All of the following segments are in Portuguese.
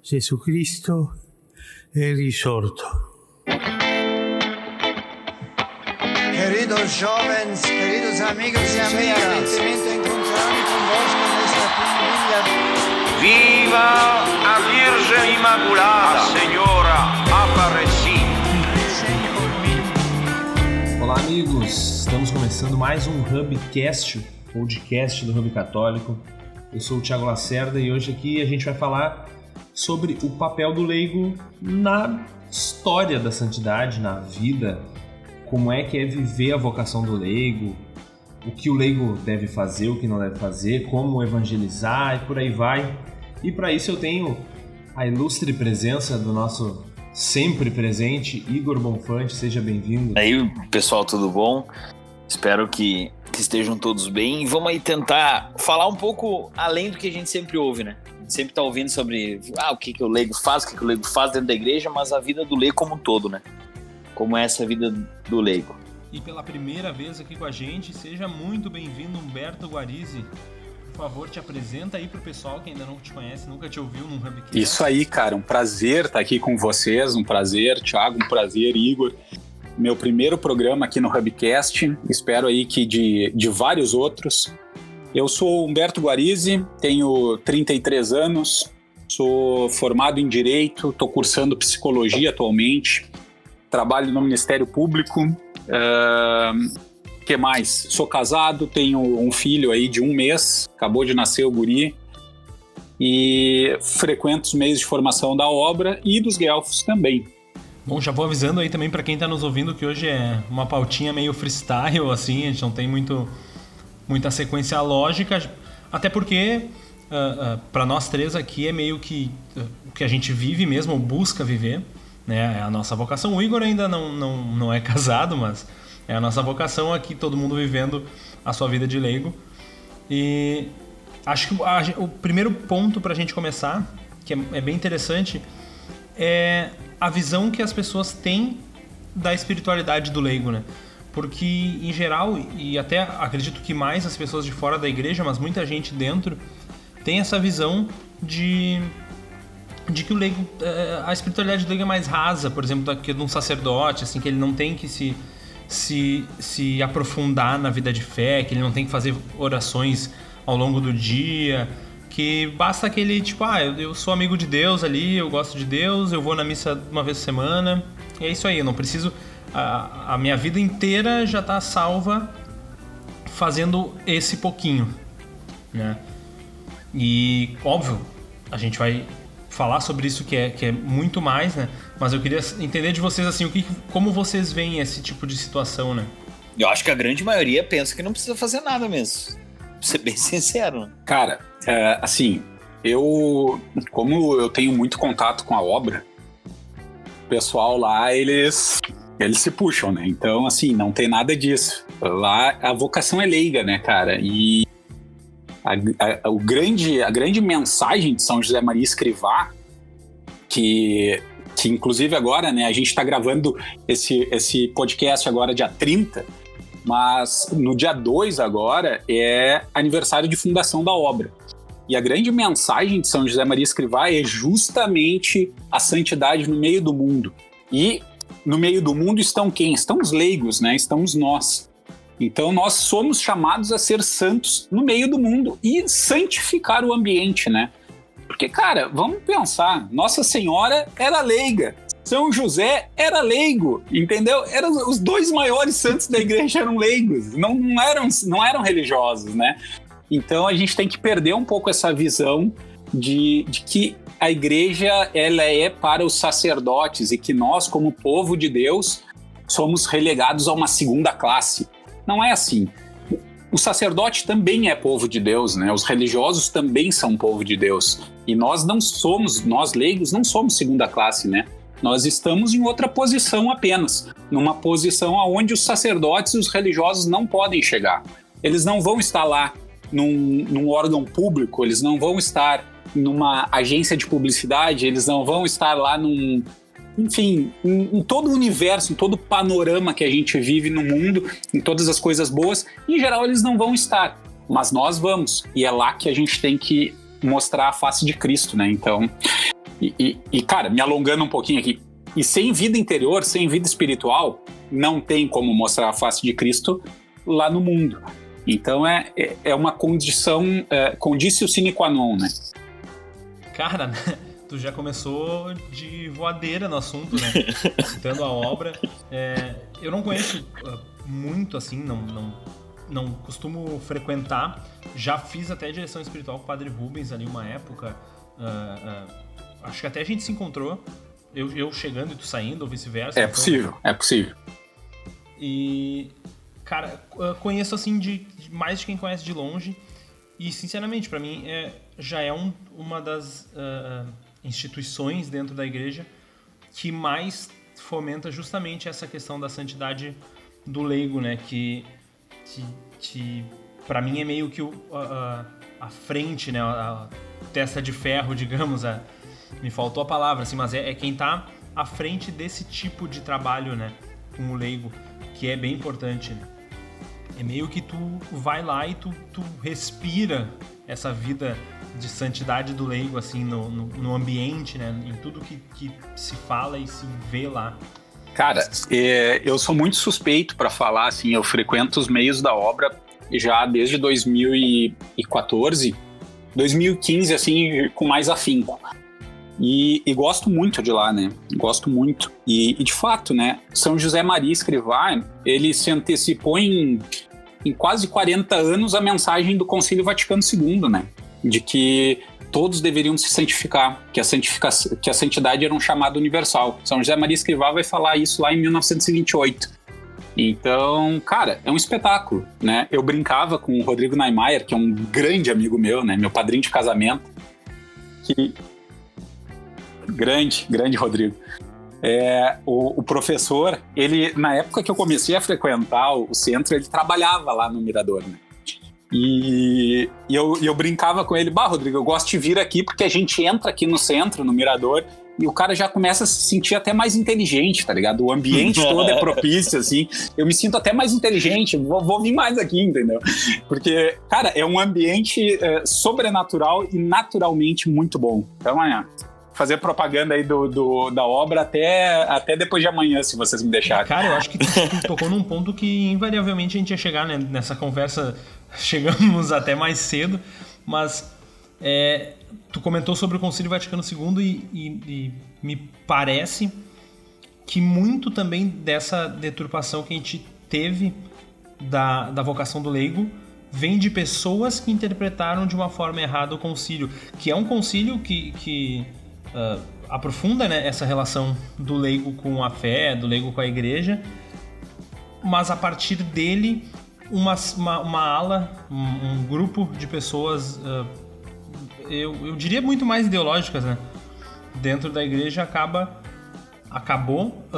Jesucristo è risorto. Queridos jovens, queridos amigos e amigas, encontrar-me convosco nesta família. Viva a Virgem Imaculada, a Senhora Aparecida. Olá, amigos, estamos começando mais um Hubcast, podcast do Hub Católico. Eu sou o Thiago Lacerda e hoje aqui a gente vai falar sobre o papel do leigo na história da santidade, na vida, como é que é viver a vocação do leigo, o que o leigo deve fazer, o que não deve fazer, como evangelizar e por aí vai. E para isso eu tenho a ilustre presença do nosso sempre presente Igor Bonfante. Seja bem-vindo. E aí, pessoal, tudo bom? Espero que estejam todos bem. E vamos aí tentar falar um pouco além do que a gente sempre ouve, né? A gente sempre está ouvindo sobre o que o leigo faz, o que o leigo faz dentro da igreja, mas a vida do leigo como um todo, né? Como é essa vida do leigo. E pela primeira vez aqui com a gente, seja muito bem-vindo, Humberto Guarizzi. Por favor, te apresenta aí pro pessoal que ainda não te conhece, nunca te ouviu num Hubcast. Isso aí, cara, um prazer estar aqui com vocês, um prazer, Thiago, um prazer, Igor. Meu primeiro programa aqui no Hubcast, espero aí que de vários outros. Eu sou Humberto Guarizzi, tenho 33 anos, sou formado em Direito, estou cursando Psicologia atualmente, trabalho no Ministério Público. Que mais? Sou casado, tenho um filho aí de 1 mês, acabou de nascer o guri, e frequento os meios de formação da obra e dos Guelfos também. Bom, já vou avisando aí também para quem está nos ouvindo que hoje é uma pautinha meio freestyle, assim, a gente não tem muita sequência lógica, até porque para nós três aqui é meio que o que a gente vive mesmo, busca viver, né? É a nossa vocação. O Igor ainda não é casado, mas é a nossa vocação aqui, todo mundo vivendo a sua vida de leigo. E acho que o primeiro ponto para a gente começar, que é bem interessante, é a visão que as pessoas têm da espiritualidade do leigo, né? Porque, em geral, e até acredito que mais as pessoas de fora da igreja, mas muita gente dentro, tem essa visão de que o leigo, a espiritualidade do leigo é mais rasa, por exemplo, do que de um sacerdote, assim, que ele não tem que se aprofundar na vida de fé, que ele não tem que fazer orações ao longo do dia, que basta aquele tipo, eu sou amigo de Deus ali, eu gosto de Deus, eu vou na missa uma vez por semana, e é isso aí, eu não preciso, a minha vida inteira já está salva fazendo esse pouquinho, né? E óbvio, a gente vai falar sobre isso que é muito mais, né? Mas eu queria entender de vocês assim, como vocês veem esse tipo de situação, né? Eu acho que a grande maioria pensa que não precisa fazer nada mesmo. Pra ser bem sincero, né? Cara, assim, como eu tenho muito contato com a obra, o pessoal lá, eles se puxam, né? Então, assim, não tem nada disso. Lá a vocação é leiga, né, cara? E a grande mensagem de São José Maria Escrivá, que inclusive agora, né, a gente está gravando esse podcast agora dia 30, mas no dia 2 agora é aniversário de fundação da obra. E a grande mensagem de São José Maria Escrivá é justamente a santidade no meio do mundo. E no meio do mundo estão quem? Estão os leigos, né? Estamos nós. Então nós somos chamados a ser santos no meio do mundo e santificar o ambiente, né? Porque, cara, vamos pensar, Nossa Senhora era leiga, São José era leigo, entendeu? Os 2 maiores santos da igreja eram leigos, não eram religiosos, né? Então a gente tem que perder um pouco essa visão de que a igreja ela é para os sacerdotes e que nós, como povo de Deus, somos relegados a uma segunda classe. Não é assim. O sacerdote também é povo de Deus, né? Os religiosos também são povo de Deus. E nós leigos não somos segunda classe, né? Nós estamos em outra posição apenas. Numa posição onde os sacerdotes e os religiosos não podem chegar. Eles não vão estar lá num órgão público, eles não vão estar numa agência de publicidade, eles não vão estar lá enfim, em todo o universo, em todo o panorama que a gente vive no mundo, em todas as coisas boas, em geral eles não vão estar, mas nós vamos, e é lá que a gente tem que mostrar a face de Cristo, né? Então, E, cara, me alongando um pouquinho aqui, e sem vida interior, sem vida espiritual, não tem como mostrar a face de Cristo lá no mundo. Então é uma condição, condício sine qua non, né? Cara, tu já começou de voadeira no assunto, né? Citando a obra. Eu não conheço muito, assim, não costumo frequentar. Já fiz até direção espiritual com o Padre Rubens ali uma época. Acho que até a gente se encontrou. Eu chegando e tu saindo, ou vice-versa. É possível. E, cara, conheço assim mais de quem conhece de longe. E, sinceramente, pra mim, já é uma das instituições dentro da igreja que mais fomenta justamente essa questão da santidade do leigo, né? Que pra mim é meio que a frente, né? A testa de ferro, digamos. Me faltou a palavra, assim, mas é quem tá à frente desse tipo de trabalho, né? Com o leigo, que é bem importante, né? É meio que tu vai lá e tu respira essa vida de santidade do leigo, assim, no ambiente, né? Em tudo que se fala e se vê lá. Cara, eu sou muito suspeito para falar, assim, eu frequento os meios da obra já desde 2014, 2015, assim, com mais afinco. E gosto muito de lá, né? Gosto muito. E de fato, né? São José Maria Escrivá, ele se antecipou em quase 40 anos a mensagem do Concílio Vaticano II, né? De que todos deveriam se santificar, que a santidade era um chamado universal. São José Maria Escrivá vai falar isso lá em 1928. Então, cara, é um espetáculo, né? Eu brincava com o Rodrigo Neimeyer, que é um grande amigo meu, né? Meu padrinho de casamento. Grande Rodrigo. O professor, ele, na época que eu comecei a frequentar o centro, ele trabalhava lá no Mirador, né? E eu brincava com ele, Rodrigo, eu gosto de vir aqui porque a gente entra aqui no centro, no Mirador, e o cara já começa a se sentir até mais inteligente, tá ligado? O ambiente todo é propício, assim, eu me sinto até mais inteligente, vou vir mais aqui, entendeu? Porque, cara, é um ambiente sobrenatural e naturalmente muito bom. Então, fazer propaganda aí da obra até depois de amanhã, se vocês me deixarem. Cara, eu acho que tu tocou num ponto que invariavelmente a gente ia chegar, né? Nessa conversa. Chegamos até mais cedo, mas tu comentou sobre o Concílio Vaticano II e me parece que muito também dessa deturpação que a gente teve da vocação do leigo vem de pessoas que interpretaram de uma forma errada o concílio, que é um concílio que aprofunda, né, essa relação do leigo com a fé, do leigo com a igreja, mas a partir dele uma ala, um grupo de pessoas, eu diria muito mais ideológicas, né, dentro da igreja acabou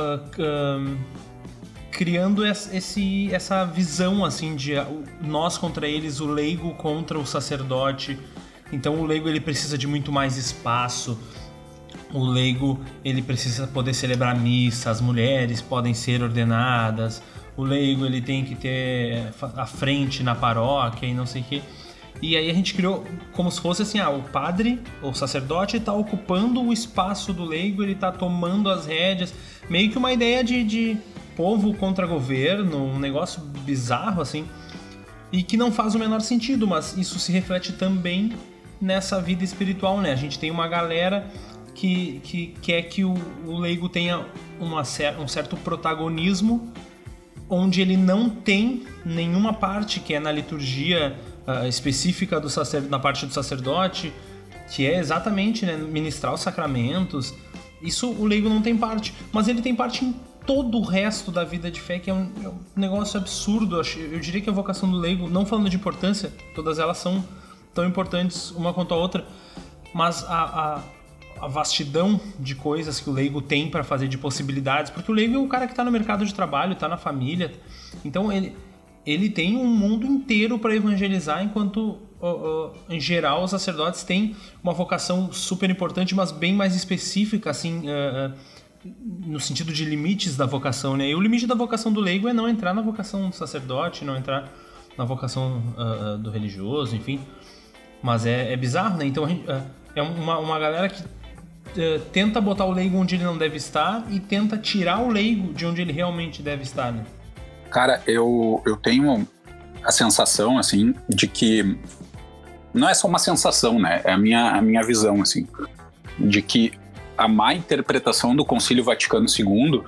criando essa visão assim de nós contra eles, o leigo contra o sacerdote. Então o leigo ele precisa de muito mais espaço. O leigo ele precisa poder celebrar missa, as mulheres podem ser ordenadas, o leigo ele tem que ter a frente na paróquia e não sei o quê. E aí a gente criou como se fosse assim, o padre, o sacerdote está ocupando o espaço do leigo, ele está tomando as rédeas, meio que uma ideia de povo contra governo, um negócio bizarro assim, e que não faz o menor sentido, mas isso se reflete também nessa vida espiritual, né? A gente tem uma galera que quer que o leigo tenha um certo protagonismo, onde ele não tem nenhuma parte que é na liturgia específica na parte do sacerdote, que é exatamente, né, ministrar os sacramentos. Isso o leigo não tem parte, mas ele tem parte em todo o resto da vida de fé, que é um negócio absurdo. Eu diria que a vocação do leigo, não falando de importância, todas elas são tão importantes uma quanto a outra, mas a vastidão de coisas que o leigo tem para fazer, de possibilidades, porque o leigo é o cara que está no mercado de trabalho, está na família, então ele tem um mundo inteiro para evangelizar, enquanto em geral os sacerdotes têm uma vocação super importante, mas bem mais específica, assim, no sentido de limites da vocação, né? E o limite da vocação do leigo é não entrar na vocação do sacerdote, não entrar na vocação do religioso, enfim. Mas é bizarro, né? Então é uma galera que tenta botar o leigo onde ele não deve estar e tenta tirar o leigo de onde ele realmente deve estar, né? Cara, eu tenho a sensação, assim, de que não é só uma sensação, né? É a minha visão, assim, de que a má interpretação do Concílio Vaticano II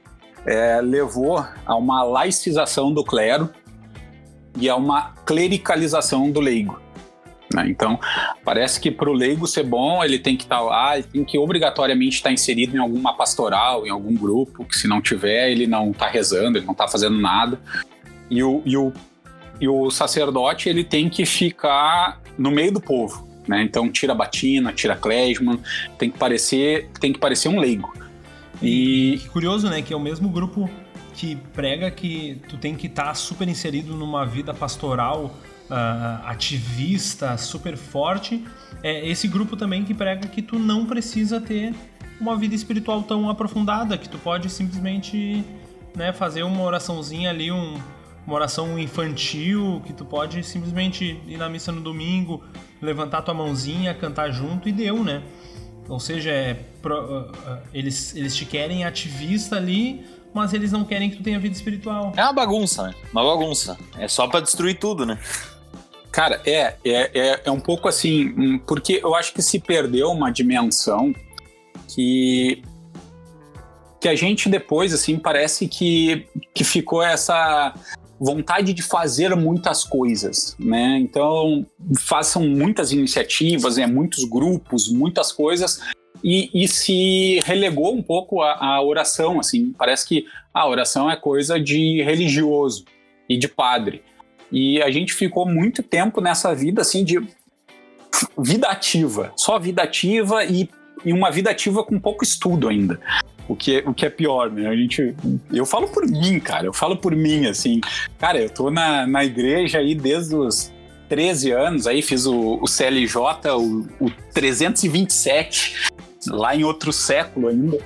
levou a uma laicização do clero e a uma clericalização do leigo. Então, parece que para o leigo ser bom, ele tem que estar lá, ele tem que obrigatoriamente estar inserido em alguma pastoral, em algum grupo, que se não tiver, ele não está rezando, ele não está fazendo nada. E o sacerdote, ele tem que ficar no meio do povo, né? Então, tira batina, tira klezmer, tem que parecer um leigo. E que curioso, né? Que é o mesmo grupo que prega que tu tem que estar super inserido numa vida pastoral, ativista, super forte. É esse grupo também que prega que tu não precisa ter uma vida espiritual tão aprofundada, que tu pode simplesmente, né, fazer uma oraçãozinha ali, uma oração infantil, que tu pode simplesmente ir na missa no domingo, levantar tua mãozinha, cantar junto e deu, né? Ou seja, eles te querem ativista ali, mas eles não querem que tu tenha vida espiritual. É uma bagunça, né? Uma bagunça. É só pra destruir tudo, né? Cara, é um pouco assim, porque eu acho que se perdeu uma dimensão que a gente depois, assim, parece que ficou essa vontade de fazer muitas coisas, né? Então, façam muitas iniciativas, muitos grupos, muitas coisas, e se relegou um pouco a oração, assim. Parece que a oração é coisa de religioso e de padre. E a gente ficou muito tempo nessa vida, assim, de vida ativa. Só vida ativa e uma vida ativa com pouco estudo ainda. O que é pior, né? Eu falo por mim, cara. Eu falo por mim, assim. Cara, eu tô na igreja aí desde os 13 anos. Aí fiz o CLJ, o 327, lá em outro século ainda.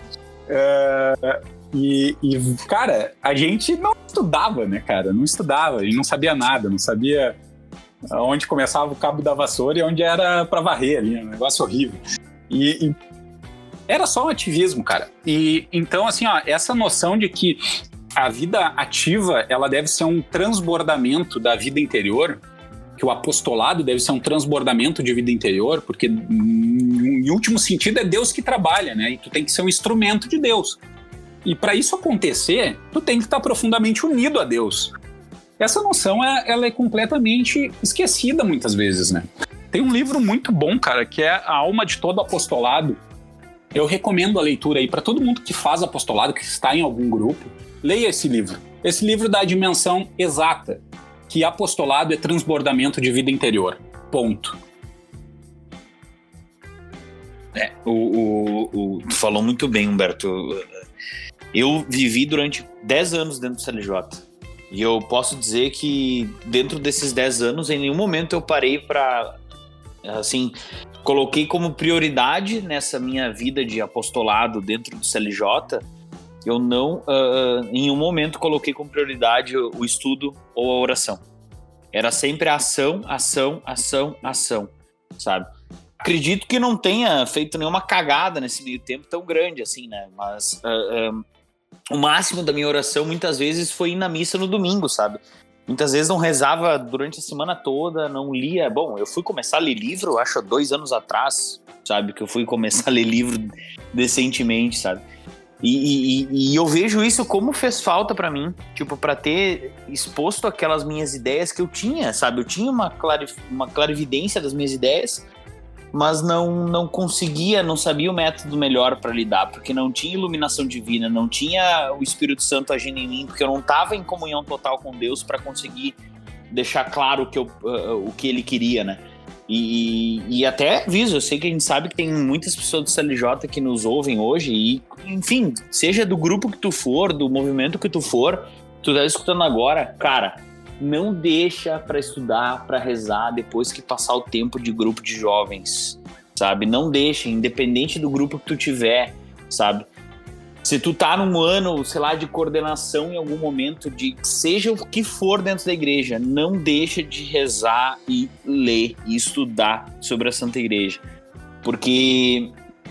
E, cara, a gente não estudava, né, cara? Não estudava, a gente não sabia nada, não sabia onde começava o cabo da vassoura e onde era pra varrer ali, um negócio horrível. E era só um ativismo, cara. E então, assim, ó, essa noção de que a vida ativa, ela deve ser um transbordamento da vida interior, que o apostolado deve ser um transbordamento de vida interior, porque, em último sentido, é Deus que trabalha, né? E tu tem que ser um instrumento de Deus. E para isso acontecer, tu tem que estar profundamente unido a Deus. Essa noção, ela é completamente esquecida muitas vezes, né? Tem um livro muito bom, cara, que é A Alma de Todo Apostolado. Eu recomendo a leitura aí para todo mundo que faz apostolado, que está em algum grupo. Leia esse livro. Esse livro dá a dimensão exata, que apostolado é transbordamento de vida interior. Ponto. Tu falou muito bem, Humberto. Eu vivi durante 10 anos dentro do CLJ. E eu posso dizer que dentro desses 10 anos, em nenhum momento eu parei para, assim, coloquei como prioridade nessa minha vida de apostolado dentro do CLJ, eu não, em nenhum momento coloquei como prioridade o estudo ou a oração. Era sempre ação, ação, ação, ação, sabe? Acredito que não tenha feito nenhuma cagada nesse meio tempo tão grande assim, né? Mas o máximo da minha oração muitas vezes foi ir na missa no domingo, sabe? Muitas vezes não rezava durante a semana toda, não lia. Bom, eu fui começar a ler livro, acho, há 2 anos atrás, sabe? Que eu fui começar a ler livro decentemente, sabe? E eu vejo isso como fez falta pra mim, tipo, pra ter exposto aquelas minhas ideias que eu tinha, sabe? Eu tinha uma clarividência das minhas ideias, mas não conseguia, não sabia o método melhor para lidar, porque não tinha iluminação divina, não tinha o Espírito Santo agindo em mim, porque eu não estava em comunhão total com Deus para conseguir deixar claro o que ele queria, né? E até aviso, eu sei que a gente sabe que tem muitas pessoas do CLJ que nos ouvem hoje e, enfim, seja do grupo que tu for, do movimento que tu for, tu tá escutando agora, cara, não deixa pra estudar, pra rezar depois que passar o tempo de grupo de jovens, sabe? Não deixa, independente do grupo que tu tiver, sabe? Se tu tá num ano, sei lá, de coordenação em algum momento, de seja o que for dentro da igreja, não deixa de rezar e ler e estudar sobre a Santa Igreja. Porque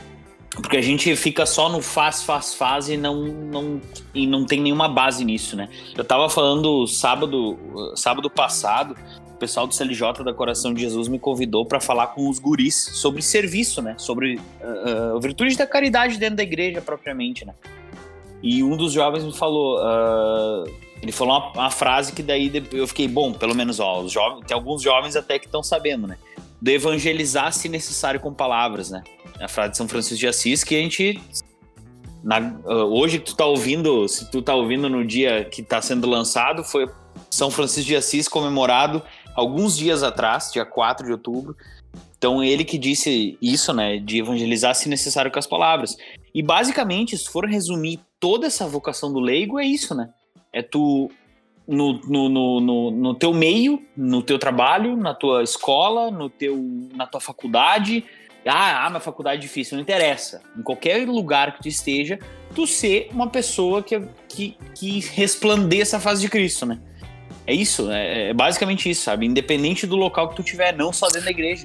Porque a gente fica só no faz e não tem nenhuma base nisso, né? Eu tava falando sábado passado, o pessoal do CLJ da Coração de Jesus me convidou para falar com os guris sobre serviço, né? Sobre a virtude da caridade dentro da igreja propriamente, né? E um dos jovens me falou, ele falou uma frase que daí eu fiquei, bom, pelo menos, tem alguns jovens até que estão sabendo, né? Do evangelizar se necessário com palavras, né? A frase de São Francisco de Assis, que a gente hoje que tu tá ouvindo, se tu tá ouvindo no dia que tá sendo lançado, foi São Francisco de Assis comemorado alguns dias atrás, dia 4 de outubro. Então ele que disse isso, né, de evangelizar se necessário com as palavras. E basicamente, se for resumir toda essa vocação do leigo, é isso, né? É tu no teu meio, no teu trabalho, na tua escola, na tua faculdade. Minha faculdade é difícil, não interessa. Em qualquer lugar que tu esteja, tu ser uma pessoa que resplandeça a face de Cristo, né? É isso, é basicamente isso, sabe? Independente do local que tu tiver, não só dentro da igreja.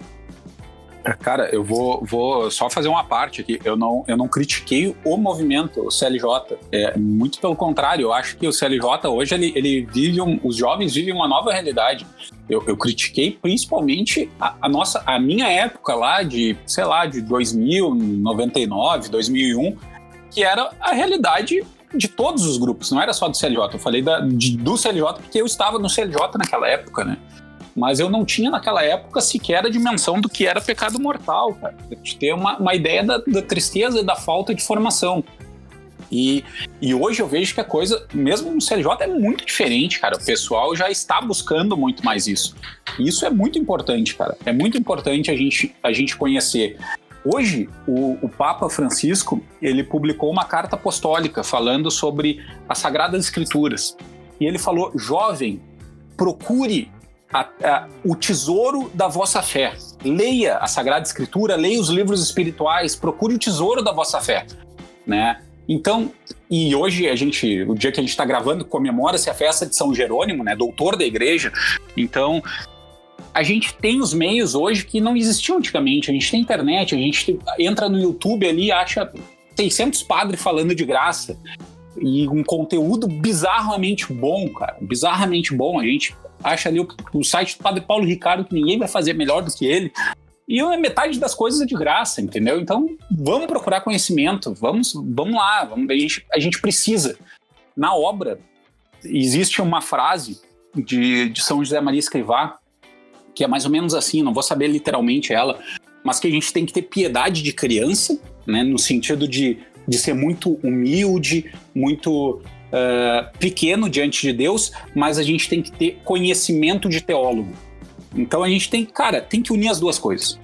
Cara, eu vou só fazer uma parte aqui. Eu não critiquei o movimento, o CLJ. Muito pelo contrário, eu acho que o CLJ hoje ele vive os jovens vivem uma nova realidade. Eu critiquei principalmente a minha época lá de 2000, 99, 2001, que era a realidade de todos os grupos, não era só do CLJ. Eu falei do CLJ porque eu estava no CLJ naquela época, né? Mas eu não tinha naquela época sequer a dimensão do que era pecado mortal, cara. De ter uma ideia da tristeza e da falta de formação. E hoje eu vejo que a coisa, mesmo no CLJ, é muito diferente, cara. O pessoal já está buscando muito mais isso. E isso é muito importante, cara. É muito importante a gente conhecer. Hoje, o Papa Francisco, ele publicou uma carta apostólica falando sobre as Sagradas Escrituras. E ele falou, jovem, procure o tesouro da vossa fé. Leia a Sagrada Escritura, leia os livros espirituais, procure o tesouro da vossa fé, né? Então, e hoje o dia que a gente está gravando, comemora-se a festa de São Jerônimo, né? Doutor da igreja. Então, a gente tem os meios hoje que não existiam antigamente. A gente tem internet, a gente entra no YouTube ali e acha 600 padres falando de graça. E um conteúdo bizarramente bom, cara. Bizarramente bom. A gente acha ali o site do Padre Paulo Ricardo, que ninguém vai fazer melhor do que ele. E metade das coisas é de graça, entendeu? Então, vamos procurar conhecimento. Vamos lá. A gente precisa. Na obra, existe uma frase de São José Maria Escrivá, que é mais ou menos assim, não vou saber literalmente ela, mas que a gente tem que ter piedade de criança, né, no sentido de ser muito humilde, muito pequeno diante de Deus, mas a gente tem que ter conhecimento de teólogo. Então a gente tem que unir as duas coisas.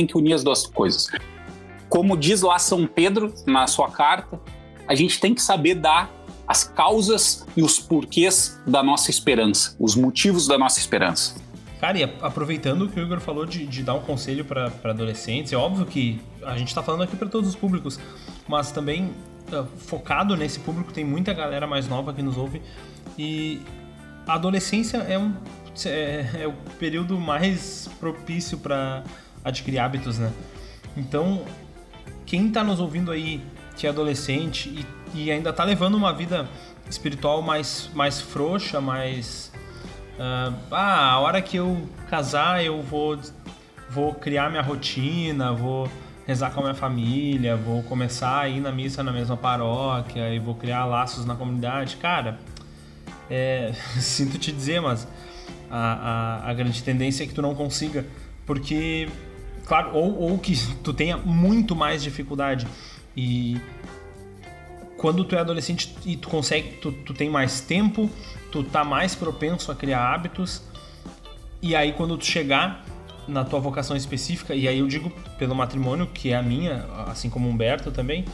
Como diz lá São Pedro na sua carta, a gente tem que saber dar as causas e os porquês da nossa esperança, os motivos da nossa esperança. Cara, e aproveitando o que o Igor falou de dar um conselho para adolescentes, é óbvio que a gente está falando aqui para todos os públicos, mas também focado nesse público, tem muita galera mais nova que nos ouve, e a adolescência é o período mais propício para adquirir hábitos, né? Então, quem está nos ouvindo aí, que é adolescente e ainda está levando uma vida espiritual mais frouxa, mais... a hora que eu casar eu vou criar minha rotina, vou rezar com a minha família, vou começar a ir na missa na mesma paróquia e vou criar laços na comunidade. Cara, sinto te dizer, mas a grande tendência é que tu não consiga, porque, claro, ou que tu tenha muito mais dificuldade. E quando tu é adolescente e tu consegue, tu tem mais tempo, tu tá mais propenso a criar hábitos, e aí quando tu chegar na tua vocação específica, e aí eu digo pelo matrimônio, que é a minha, assim como o Humberto também,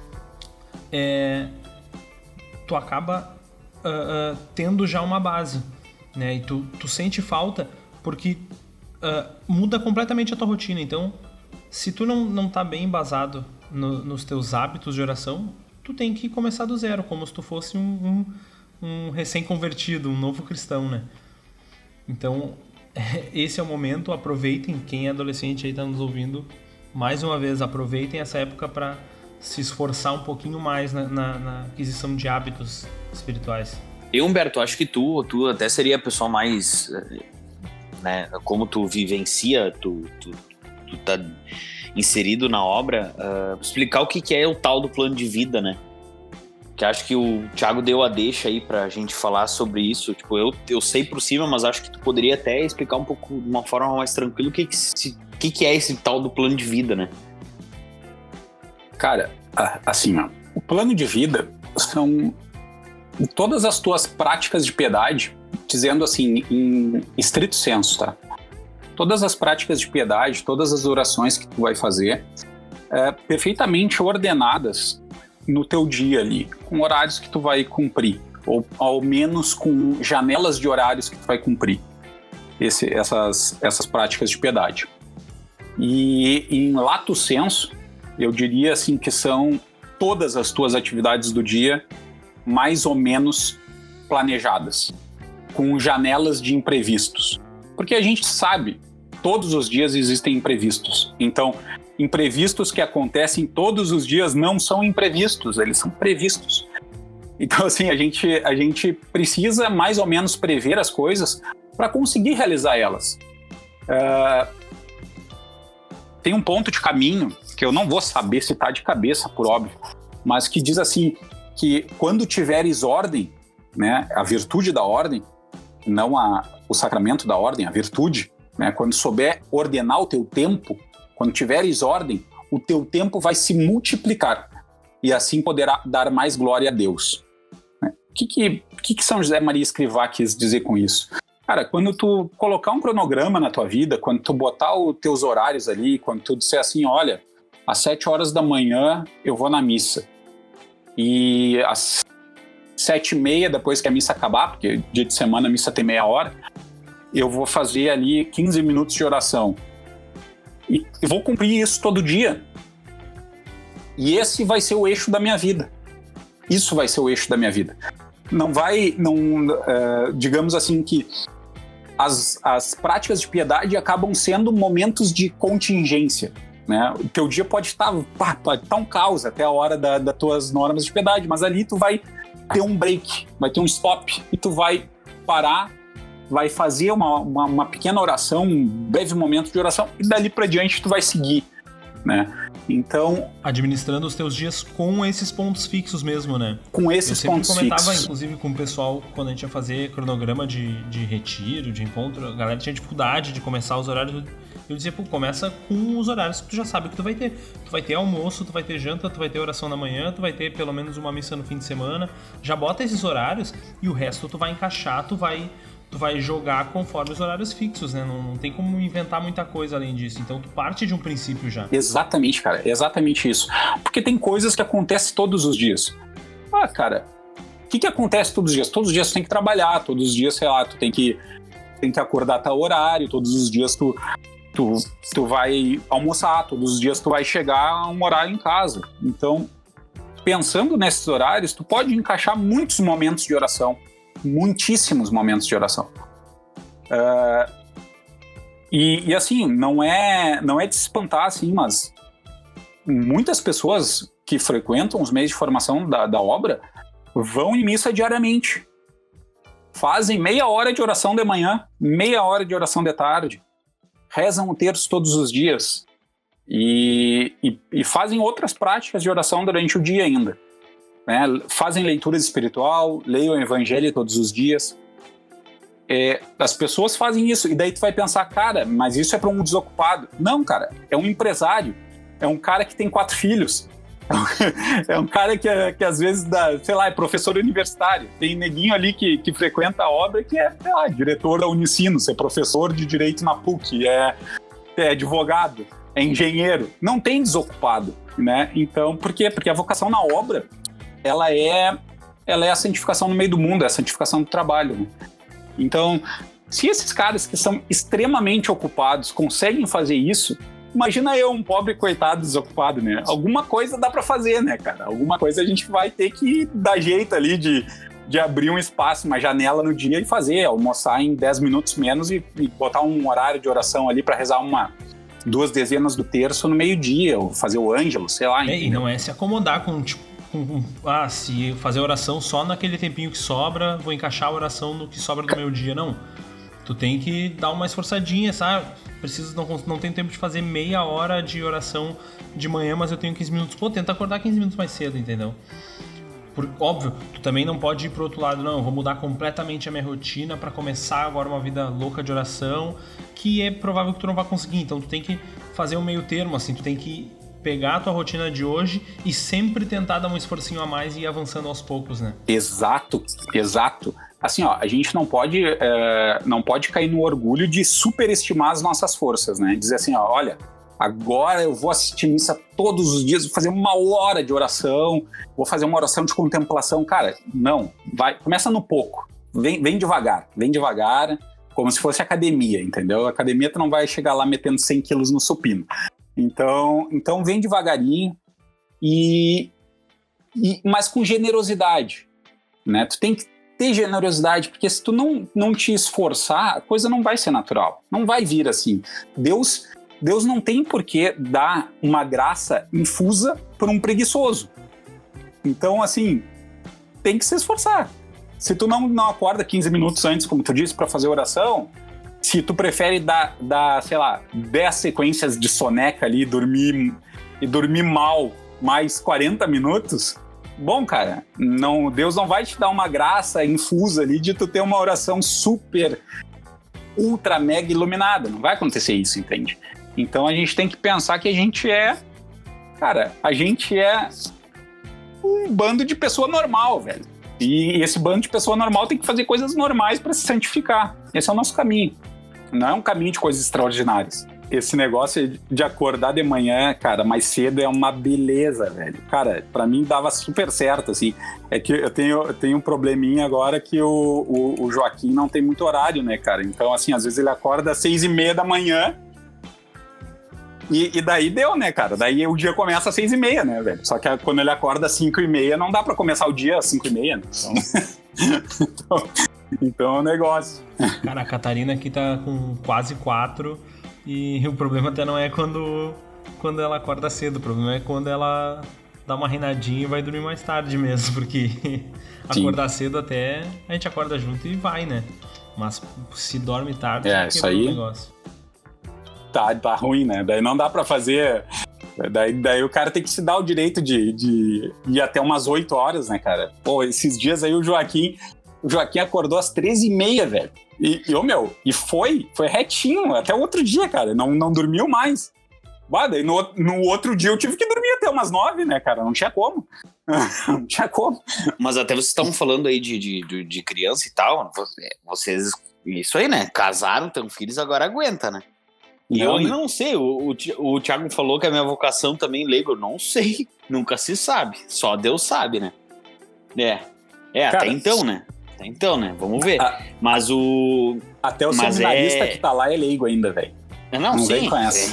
tu acaba tendo já uma base, né? E tu sente falta porque muda completamente a tua rotina. Então, se tu não tá bem embasado nos teus hábitos de oração, tu tem que começar do zero, como se tu fosse um recém-convertido, um novo cristão, né? Então, esse é o momento, aproveitem, quem é adolescente aí tá nos ouvindo, mais uma vez, aproveitem essa época para se esforçar um pouquinho mais na aquisição de hábitos espirituais. Eu, Humberto, acho que tu até seria a pessoa mais, né, como tu vivencia, tu tá inserido na obra, explicar o que é o tal do plano de vida, né? Que acho que o Thiago deu a deixa aí pra gente falar sobre isso. Tipo, eu sei por cima, mas acho que tu poderia até explicar um pouco, de uma forma mais tranquila, o que é esse tal do plano de vida, né? Cara, assim, ó, o plano de vida são todas as tuas práticas de piedade, dizendo assim, em estrito senso, tá? Todas as práticas de piedade, todas as orações que tu vai fazer, perfeitamente ordenadas no teu dia ali, com horários que tu vai cumprir, ou ao menos com janelas de horários que tu vai cumprir essas práticas de piedade. E em lato sensu, eu diria assim que são todas as tuas atividades do dia mais ou menos planejadas, com janelas de imprevistos. Porque a gente sabe, todos os dias existem imprevistos. Então, imprevistos que acontecem todos os dias não são imprevistos, eles são previstos. Então, assim, a gente precisa mais ou menos prever as coisas para conseguir realizar elas. Tem um ponto de caminho, que eu não vou saber citar de cabeça, por óbvio, mas que diz assim, que quando tiveres ordem, né, a virtude da ordem, não o sacramento da ordem, a virtude, né, quando souber ordenar o teu tempo, quando tiveres ordem, o teu tempo vai se multiplicar e assim poderá dar mais glória a Deus. O que São José Maria Escrivá quis dizer com isso? Cara, quando tu colocar um cronograma na tua vida, quando tu botar os teus horários ali, quando tu disser assim, olha, às 7 horas da manhã eu vou na missa e às 7h30, depois que a missa acabar, porque dia de semana a missa tem meia hora, eu vou fazer ali 15 minutos de oração. E vou cumprir isso todo dia. E esse vai ser o eixo da minha vida. Isso vai ser o eixo da minha vida. Digamos assim que as práticas de piedade acabam sendo momentos de contingência, né? O teu dia pode estar um caos até a hora das tuas normas de piedade, mas ali tu vai ter um break, vai ter um stop, e tu vai parar, vai fazer uma pequena oração, um breve momento de oração, e dali para diante tu vai seguir, né? Então, administrando os teus dias com esses pontos fixos mesmo, né? Com esses pontos fixos. Eu comentava, inclusive, com o pessoal, quando a gente ia fazer cronograma de retiro, de encontro, a galera tinha dificuldade de começar os horários. Eu dizia, começa com os horários que tu já sabe que tu vai ter. Tu vai ter almoço, tu vai ter janta, tu vai ter oração na manhã, tu vai ter pelo menos uma missa no fim de semana. Já bota esses horários e o resto tu vai encaixar, tu vai jogar conforme os horários fixos, né? Não tem como inventar muita coisa além disso. Então, tu parte de um princípio já. Exatamente, cara. Exatamente isso. Porque tem coisas que acontecem todos os dias. Cara, o que acontece todos os dias? Todos os dias tu tem que trabalhar, todos os dias, sei lá, tu tem que acordar a tal horário, todos os dias tu vai almoçar, todos os dias tu vai chegar a um horário em casa. Então, pensando nesses horários, tu pode encaixar muitos momentos de oração. Muitíssimos momentos de oração. E assim, não é de se espantar, assim, mas muitas pessoas que frequentam os meios de formação da obra vão em missa diariamente. Fazem meia hora de oração de manhã, meia hora de oração de tarde. Rezam o terço todos os dias. E fazem outras práticas de oração durante o dia ainda. Né? Fazem leitura espiritual, leiam o evangelho todos os dias. As pessoas fazem isso, e daí tu vai pensar, cara, mas isso é para um desocupado. Não, cara, é um empresário, é um cara que tem 4 filhos, é um cara que às vezes é professor universitário. Tem neguinho ali que frequenta a obra, que é, sei lá, diretor da Unicinos, é professor de direito na PUC, é advogado, é engenheiro. Não tem desocupado, né? Então, por quê? Porque a vocação na obra, ela é a santificação no meio do mundo, é a santificação do trabalho, né? Então, se esses caras que são extremamente ocupados conseguem fazer isso, imagina eu, um pobre coitado desocupado, né? Alguma coisa dá pra fazer, né, cara? Alguma coisa a gente vai ter que dar jeito ali de abrir um espaço, uma janela no dia e fazer, almoçar em 10 minutos menos e botar um horário de oração ali pra rezar 2 dezenas do terço no meio-dia, ou fazer o ângelo, sei lá. E não é se acomodar com, tipo, se fazer oração só naquele tempinho que sobra, vou encaixar a oração no que sobra do meu dia, não. Tu tem que dar uma esforçadinha, sabe? Não tenho tempo de fazer meia hora de oração de manhã, mas eu tenho 15 minutos. Pô, tenta acordar 15 minutos mais cedo, entendeu? Óbvio, tu também não pode ir pro outro lado, não, eu vou mudar completamente a minha rotina pra começar agora uma vida louca de oração, que é provável que tu não vai conseguir. Então tu tem que fazer um meio termo, assim, tu tem que pegar a tua rotina de hoje e sempre tentar dar um esforcinho a mais e ir avançando aos poucos, né? Exato. Assim, ó, a gente não pode cair no orgulho de superestimar as nossas forças, né? Dizer assim, ó, olha, agora eu vou assistir missa todos os dias, vou fazer 1 hora de oração, vou fazer uma oração de contemplação. Cara, não, começa no pouco, vem devagar, como se fosse academia, entendeu? A academia tu não vai chegar lá metendo 100 quilos no supino. Então vem devagarinho, mas com generosidade, né? Tu tem que ter generosidade, porque se tu não te esforçar, a coisa não vai ser natural, não vai vir assim. Deus não tem por que dar uma graça infusa por um preguiçoso. Então, assim, tem que se esforçar. Se tu não acorda 15 minutos antes, como tu disse, para fazer oração, se tu prefere dar, sei lá, 10 sequências de soneca ali e dormir mal mais 40 minutos, bom, cara, Deus não vai te dar uma graça infusa ali de tu ter uma oração super, ultra, mega iluminada. Não vai acontecer isso, entende? Então a gente tem que pensar que a gente é um bando de pessoa normal, velho. E esse bando de pessoa normal tem que fazer coisas normais para se santificar. Esse é o nosso caminho. Não é um caminho de coisas extraordinárias. Esse negócio de acordar de manhã, cara, mais cedo é uma beleza, velho. Cara, pra mim dava super certo, assim. É que eu tenho um probleminha agora que o Joaquim não tem muito horário, né, cara? Então, assim, às vezes ele acorda às 6:30 da manhã e daí deu, né, cara? Daí o dia começa às 6:30, né, velho? Só que quando ele acorda às 5:30, não dá pra começar o dia às 5:30, né? Então é um negócio. Cara, a Catarina aqui tá com quase 4 e o problema até não é quando ela acorda cedo, o problema é quando ela dá uma reinadinha e vai dormir mais tarde mesmo, porque acordar cedo até a gente acorda junto e vai, né? Mas se dorme tarde, isso aí. O negócio. Tá ruim, né? Daí não dá pra fazer. Daí o cara tem que se dar o direito de ir até umas 8 horas, né, cara? Pô, esses dias aí o Joaquim acordou às 13:30, velho. E foi retinho até o outro dia, cara. Não dormiu mais. Daí no outro dia eu tive que dormir até umas 9, né, cara? Não tinha como. Não tinha como. Mas até vocês estavam falando aí de criança e tal. Vocês, isso aí, né? Casaram, têm filhos, agora aguenta, né? E eu não sei, o Thiago falou que a minha vocação também leigo, eu não sei, nunca se sabe, só Deus sabe, né? Cara, até então, né? Vamos ver. Mas até o seminarista que tá lá é leigo ainda, velho. Não vem com essa.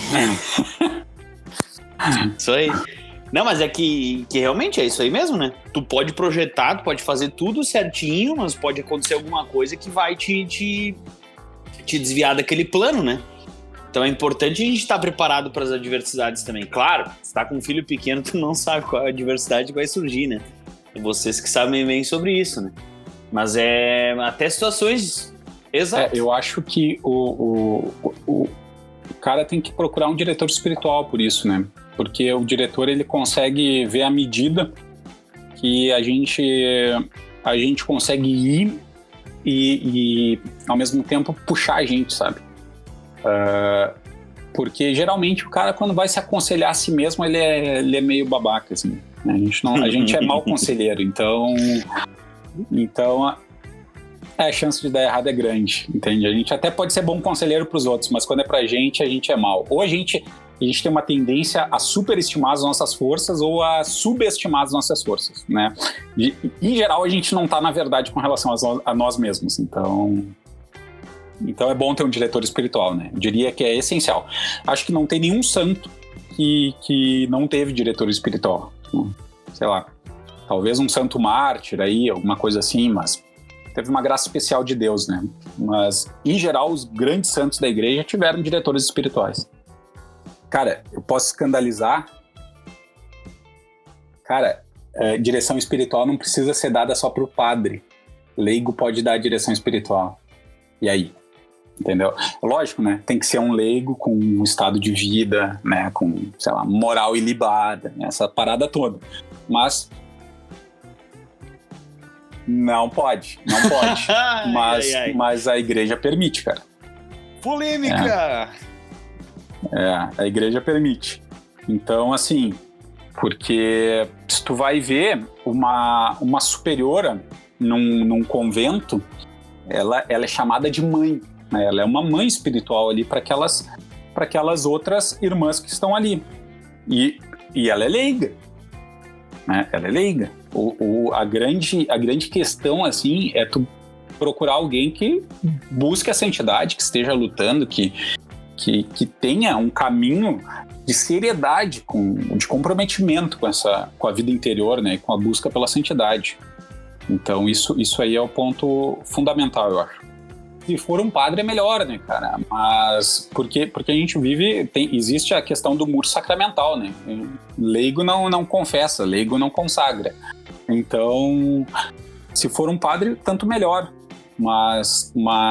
Isso aí. Não, mas é que realmente é isso aí mesmo, né? Tu pode projetar, tu pode fazer tudo certinho, mas pode acontecer alguma coisa que vai te desviar daquele plano, né? Então é importante a gente estar preparado para as adversidades também. Claro, se tá com um filho pequeno, tu não sabe qual é a adversidade que vai surgir, né? É vocês que sabem bem sobre isso, né? Mas até situações exatas. Eu acho que o cara tem que procurar um diretor espiritual por isso, né? Porque o diretor, ele consegue ver a medida que a gente consegue ir e ao mesmo tempo puxar a gente, sabe? Porque geralmente o cara, quando vai se aconselhar a si mesmo, ele é meio babaca, assim, né? A gente é mau conselheiro, então a chance de dar errado é grande, entende? A gente até pode ser bom conselheiro pros outros, mas quando é pra gente, a gente é mau. Ou a gente tem uma tendência a superestimar as nossas forças ou a subestimar as nossas forças, né? Em geral, a gente não tá na verdade com relação a nós mesmos, então é bom ter um diretor espiritual, né? Eu diria que é essencial. Acho que não tem nenhum santo que não teve diretor espiritual. Sei lá, talvez um santo mártir aí, alguma coisa assim, mas teve uma graça especial de Deus, né? Mas, em geral, os grandes santos da igreja tiveram diretores espirituais. Cara, eu posso escandalizar. Cara, direção espiritual não precisa ser dada só pro padre. Leigo pode dar direção espiritual. E aí? Entendeu? Lógico, né? Tem que ser um leigo com um estado de vida, né? Com, sei lá, moral ilibada, né? Essa parada toda. Mas não pode. Mas a igreja permite, cara. Polêmica! A igreja permite. Então, assim, porque se tu vai ver uma superiora num convento, ela é chamada de mãe, né? Ela é uma mãe espiritual ali para aquelas outras irmãs que estão ali. E ela é leiga, né? Ela é leiga. A grande questão, assim, é tu procurar alguém que busque a santidade, que esteja lutando, que tenha um caminho de seriedade, de comprometimento com a vida interior, né? Com a busca pela santidade. Então isso aí é o ponto fundamental, eu acho. Se for um padre é melhor, né, cara? Mas porque a gente existe a questão do muro sacramental, né? Leigo não confessa, leigo não consagra. Então, se for um padre, tanto melhor. Mas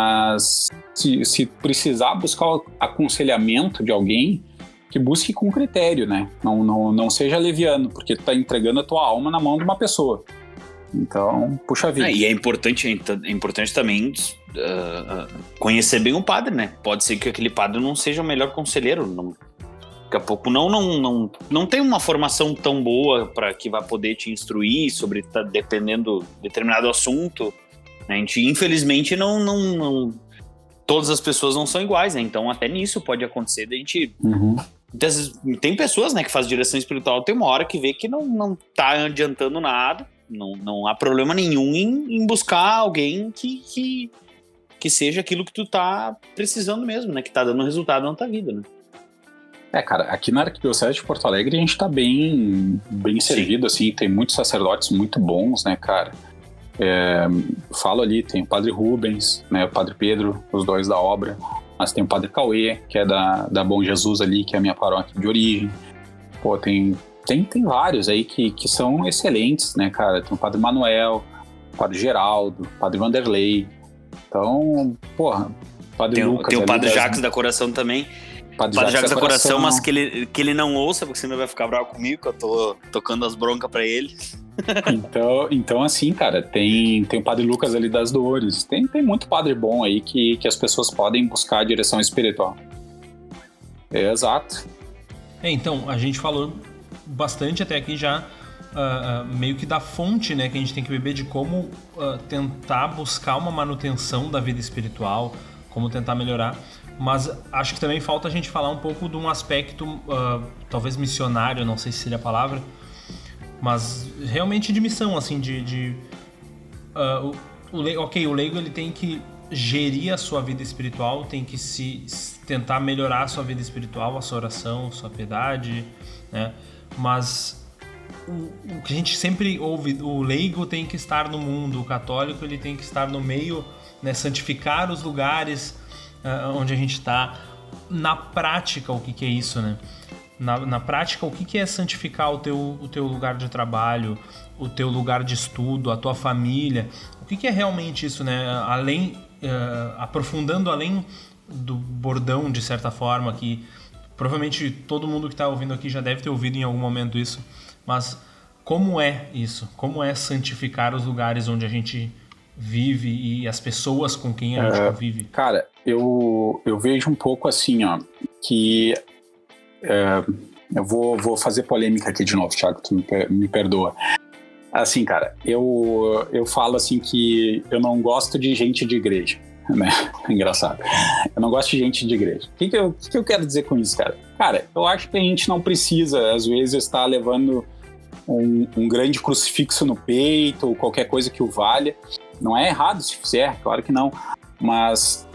se precisar buscar o aconselhamento de alguém, que busque com critério, né? Não seja leviano, porque tu tá entregando a tua alma na mão de uma pessoa. Então, puxa vida. E é importante também conhecer bem o padre, né? Pode ser que aquele padre não seja o melhor conselheiro. Daqui a pouco não tem uma formação tão boa para que vai poder te instruir sobre dependendo de determinado assunto. Né? A gente, infelizmente, não todas as pessoas não são iguais, né? Então, até nisso pode acontecer da gente... Tem pessoas, né, que fazem direção espiritual, tem uma hora que vê que não tá adiantando nada. Não há problema nenhum em buscar alguém que seja aquilo que tu tá precisando mesmo, né? Que tá dando resultado na tua vida, né? Cara, aqui na Arquidiocese de Porto Alegre a gente tá bem servido, assim, tem muitos sacerdotes muito bons, né, cara? Falo ali, tem o Padre Rubens, né, o Padre Pedro, os dois da obra, mas tem o Padre Cauê, que é da Bom Jesus ali, que é a minha paróquia de origem. Pô, tem vários aí que são excelentes, né, cara? Tem o Padre Manuel, o Padre Geraldo, o Padre Vanderlei. Então, porra, Padre Lucas... Tem o Padre Jacques da Coração também. Padre Jacques da Coração, mas que ele não ouça, porque senão vai ficar bravo comigo, que eu tô tocando as broncas pra ele. Então, assim, cara, tem o Padre Lucas ali das Dores. Tem muito padre bom aí que as pessoas podem buscar a direção espiritual. Exato. Então, a gente falou bastante até aqui já meio que da fonte, né, que a gente tem que beber, de como tentar buscar uma manutenção da vida espiritual, como tentar melhorar, mas acho que também falta a gente falar um pouco de um aspecto talvez missionário, não sei se seria a palavra, mas realmente de missão, assim, o leigo ele tem que gerir a sua vida espiritual, tem que tentar melhorar a sua vida espiritual, a sua oração, a sua piedade, né? Mas o que a gente sempre ouve, o leigo tem que estar no mundo, o católico ele tem que estar no meio, né? Santificar os lugares onde a gente está. Na prática, o que é isso, né? Na prática, o que é santificar o teu lugar de trabalho, o teu lugar de estudo, a tua família? O que é realmente isso, né? Aprofundando além do bordão, de certa forma, que provavelmente todo mundo que está ouvindo aqui já deve ter ouvido em algum momento isso, mas como é isso? Como é santificar os lugares onde a gente vive e as pessoas com quem a gente convive? Cara, eu vejo um pouco assim, ó, que eu vou fazer polêmica aqui de novo, Thiago, tu me perdoa. Assim, cara, eu falo assim que eu não gosto de gente de igreja, né? Engraçado. Eu não gosto de gente de igreja. O que eu quero dizer com isso, cara? Cara, eu acho que a gente não precisa, às vezes, estar levando um grande crucifixo no peito ou qualquer coisa que o valha. Não é errado se fizer, claro que não. Mas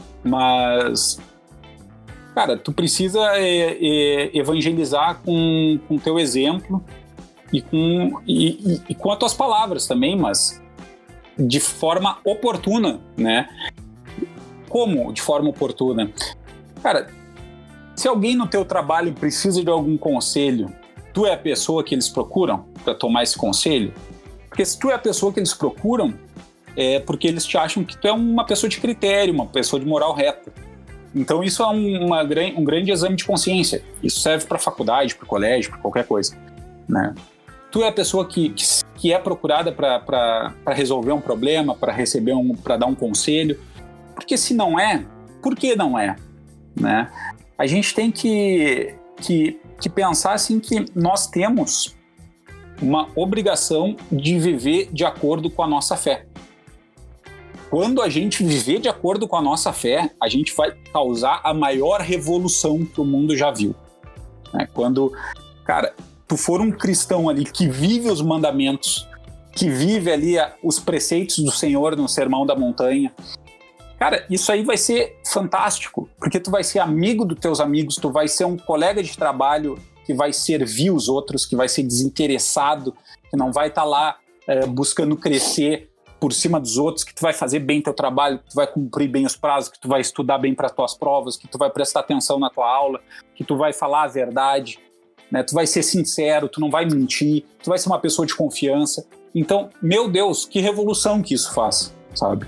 cara, tu precisa evangelizar com teu exemplo e com as tuas palavras também, mas de forma oportuna, né? Como de forma oportuna? Cara, Se alguém no teu trabalho precisa de algum conselho, tu é a pessoa que eles procuram para tomar esse conselho? Porque se tu é a pessoa que eles procuram, é porque eles te acham que tu é uma pessoa de critério, uma pessoa de moral reta. Então isso é um grande exame de consciência. Isso serve para faculdade, para colégio, para qualquer coisa, né? Tu é a pessoa que é procurada para resolver um problema, para dar um conselho. Porque se não é, por que não é? Né? A gente tem que pensar assim que nós temos uma obrigação de viver de acordo com a nossa fé. Quando a gente viver de acordo com a nossa fé, a gente vai causar a maior revolução que o mundo já viu. Né? Quando, cara, tu for um cristão ali que vive os mandamentos, que vive ali os preceitos do Senhor no Sermão da Montanha, cara, isso aí vai ser fantástico, porque tu vai ser amigo dos teus amigos, tu vai ser um colega de trabalho que vai servir os outros, que vai ser desinteressado, que não vai estar lá buscando crescer por cima dos outros, que tu vai fazer bem teu trabalho, que tu vai cumprir bem os prazos, que tu vai estudar bem para as tuas provas, que tu vai prestar atenção na tua aula, que tu vai falar a verdade, né? Tu vai ser sincero, tu não vai mentir, tu vai ser uma pessoa de confiança. Então, meu Deus, que revolução que isso faz, sabe?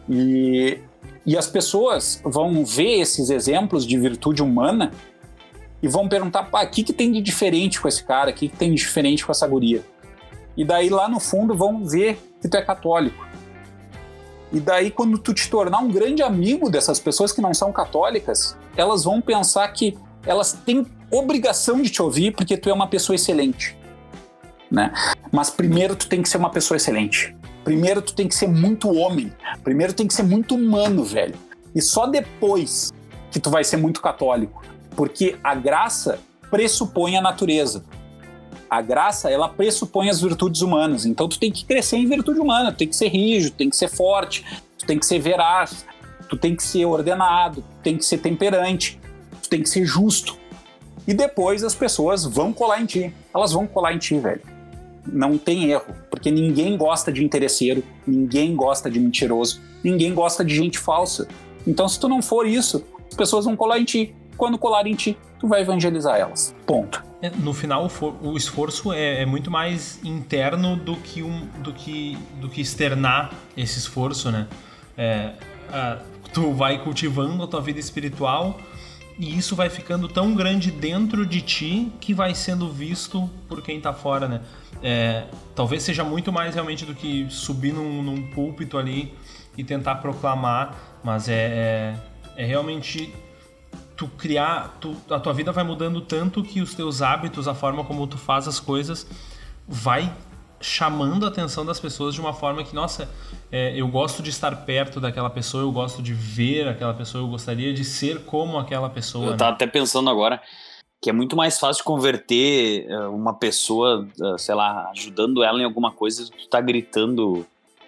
E as pessoas vão ver esses exemplos de virtude humana e vão perguntar, o que tem de diferente com esse cara? O que tem de diferente com essa guria? E daí, lá no fundo, vão ver que tu é católico. E daí, quando tu te tornar um grande amigo dessas pessoas que não são católicas, elas vão pensar que elas têm obrigação de te ouvir porque tu é uma pessoa excelente, né? Mas primeiro tu tem que ser uma pessoa excelente. Primeiro tu tem que ser muito homem. Primeiro tem que ser muito humano, velho. E só depois que tu vai ser muito católico. Porque a graça pressupõe a natureza. A graça, ela pressupõe as virtudes humanas. Então tu tem que crescer em virtude humana. Tu tem que ser rígido, tem que ser forte, tu tem que ser veraz, tu tem que ser ordenado, tu tem que ser temperante, tu tem que ser justo. E depois as pessoas vão colar em ti. Elas vão colar em ti, velho. Não tem erro, porque ninguém gosta de interesseiro, ninguém gosta de mentiroso, ninguém gosta de gente falsa. Então, se tu não for isso, as pessoas vão colar em ti. Quando colarem em ti, tu vai evangelizar elas. Ponto. No final, o esforço é muito mais interno do que externar esse esforço, né? Tu vai cultivando a tua vida espiritual e isso vai ficando tão grande dentro de ti que vai sendo visto por quem tá fora, né? Talvez seja muito mais realmente do que subir num púlpito ali e tentar proclamar, mas é realmente tu criar, a tua vida vai mudando tanto que os teus hábitos, a forma como tu faz as coisas vai chamando a atenção das pessoas de uma forma que, nossa, eu gosto de estar perto daquela pessoa, eu gosto de ver aquela pessoa, eu gostaria de ser como aquela pessoa. Eu tava até pensando agora que é muito mais fácil converter uma pessoa, sei lá, ajudando ela em alguma coisa, tu tá gritando.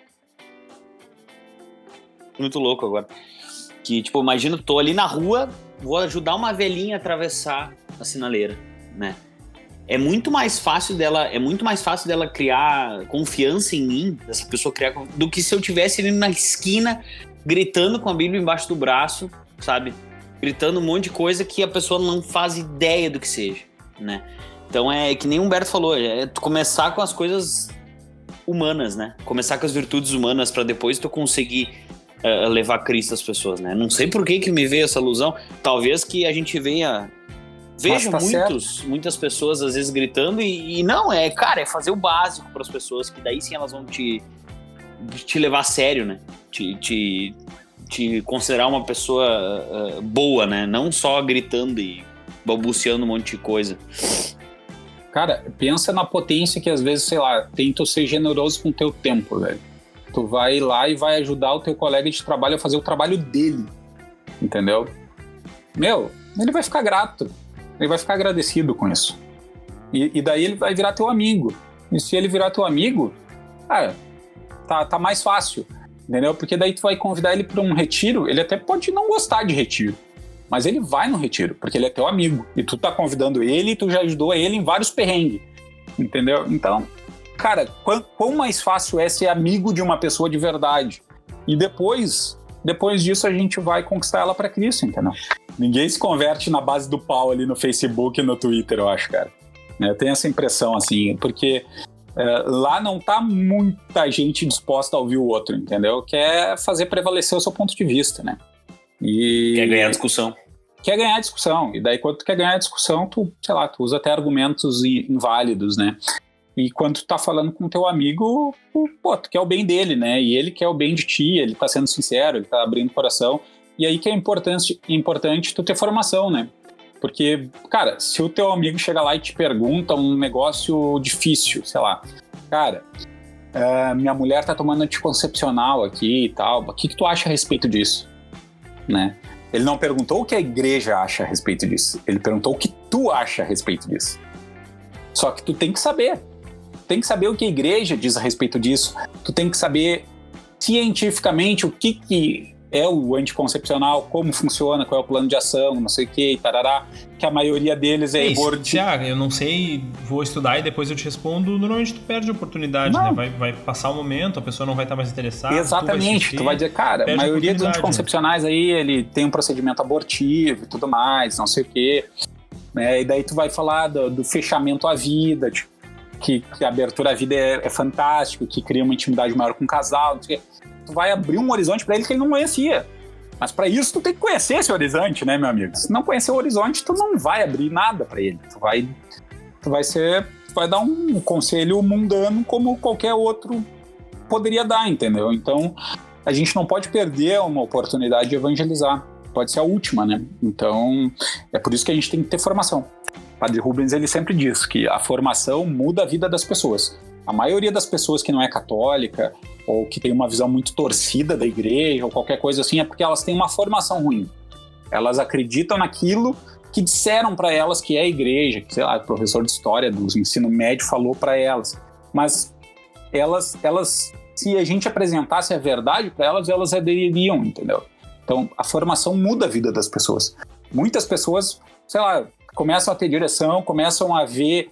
Muito louco agora. Que, tipo, imagina, tô ali na rua, vou ajudar uma velhinha a atravessar a sinaleira, né? É muito mais fácil dela criar confiança em mim, dessa pessoa criar, do que se eu tivesse ali na esquina gritando com a Bíblia embaixo do braço, sabe? Gritando um monte de coisa que a pessoa não faz ideia do que seja, né? Então é que nem o Humberto falou, tu começar com as coisas humanas, né? Começar com as virtudes humanas para depois tu conseguir levar Cristo às pessoas, né? Não sei por que me veio essa ilusão. Talvez que a gente veja muitas pessoas às vezes gritando e não, é fazer o básico para as pessoas, que daí sim elas vão te levar a sério, né? Te considerar uma pessoa boa, né? Não só gritando e balbuciando um monte de coisa. Cara, pensa na potência que às vezes, sei lá, tenta ser generoso com o teu tempo, velho. Tu vai lá e vai ajudar o teu colega de trabalho a fazer o trabalho dele, entendeu? Meu, ele vai ficar grato, ele vai ficar agradecido com isso. E daí ele vai virar teu amigo. E se ele virar teu amigo, tá mais fácil, entendeu? Porque daí tu vai convidar ele para um retiro, ele até pode não gostar de retiro, mas ele vai no retiro, porque ele é teu amigo. E tu tá convidando ele e tu já ajudou ele em vários perrengues, entendeu? Então, cara, quão mais fácil é ser amigo de uma pessoa de verdade. E depois disso a gente vai conquistar ela para Cristo, entendeu? Ninguém se converte na base do pau ali no Facebook e no Twitter, eu acho, cara. Eu tenho essa impressão, assim, porque lá não tá muita gente disposta a ouvir o outro, entendeu? Quer fazer prevalecer o seu ponto de vista, né? Quer ganhar discussão. Quer ganhar discussão. E daí, quando tu quer ganhar discussão, tu usa até argumentos inválidos, né? E quando tu tá falando com teu amigo, tu quer o bem dele, né? E ele quer o bem de ti, ele tá sendo sincero, ele tá abrindo o coração. E aí que é importante tu ter formação, né? Porque, cara, se o teu amigo chega lá e te pergunta um negócio difícil, sei lá, cara, minha mulher tá tomando anticoncepcional aqui e tal, o que tu acha a respeito disso? Né? Ele não perguntou o que a igreja acha a respeito disso, ele perguntou o que tu acha a respeito disso. Só que tu tem que saber. Tem que saber o que a igreja diz a respeito disso. Tu tem que saber cientificamente o que é o anticoncepcional, como funciona, qual é o plano de ação, não sei o que, tarará, que a maioria deles é aborto. Eu não sei, vou estudar e depois eu te respondo. Normalmente tu perde a oportunidade, né? Vai passar o momento, a pessoa não vai estar mais interessada. Exatamente, tu vai dizer, cara, a maioria dos anticoncepcionais aí, ele tem um procedimento abortivo e tudo mais, não sei o que. Né? E daí tu vai falar do fechamento à vida, tipo, que a abertura à vida é fantástico, que cria uma intimidade maior com o casal, não sei o que. Tu vai abrir um horizonte pra ele que ele não conhecia. Mas pra isso tu tem que conhecer esse horizonte, né, meu amigo? Se não conhecer o horizonte, tu não vai abrir nada pra ele. Tu vai dar um conselho mundano como qualquer outro poderia dar, entendeu? Então, a gente não pode perder uma oportunidade de evangelizar. Pode ser a última, né? Então, é por isso que a gente tem que ter formação. O Padre Rubens, ele sempre diz que a formação muda a vida das pessoas. A maioria das pessoas que não é católica ou que tem uma visão muito torcida da igreja ou qualquer coisa assim é porque elas têm uma formação ruim. Elas acreditam naquilo que disseram para elas que é a igreja, que, sei lá, o professor de história do ensino médio falou para elas. Mas elas, se a gente apresentasse a verdade para elas, elas adeririam, entendeu? Então, a formação muda a vida das pessoas. Muitas pessoas, sei lá, começam a ter direção, começam a ver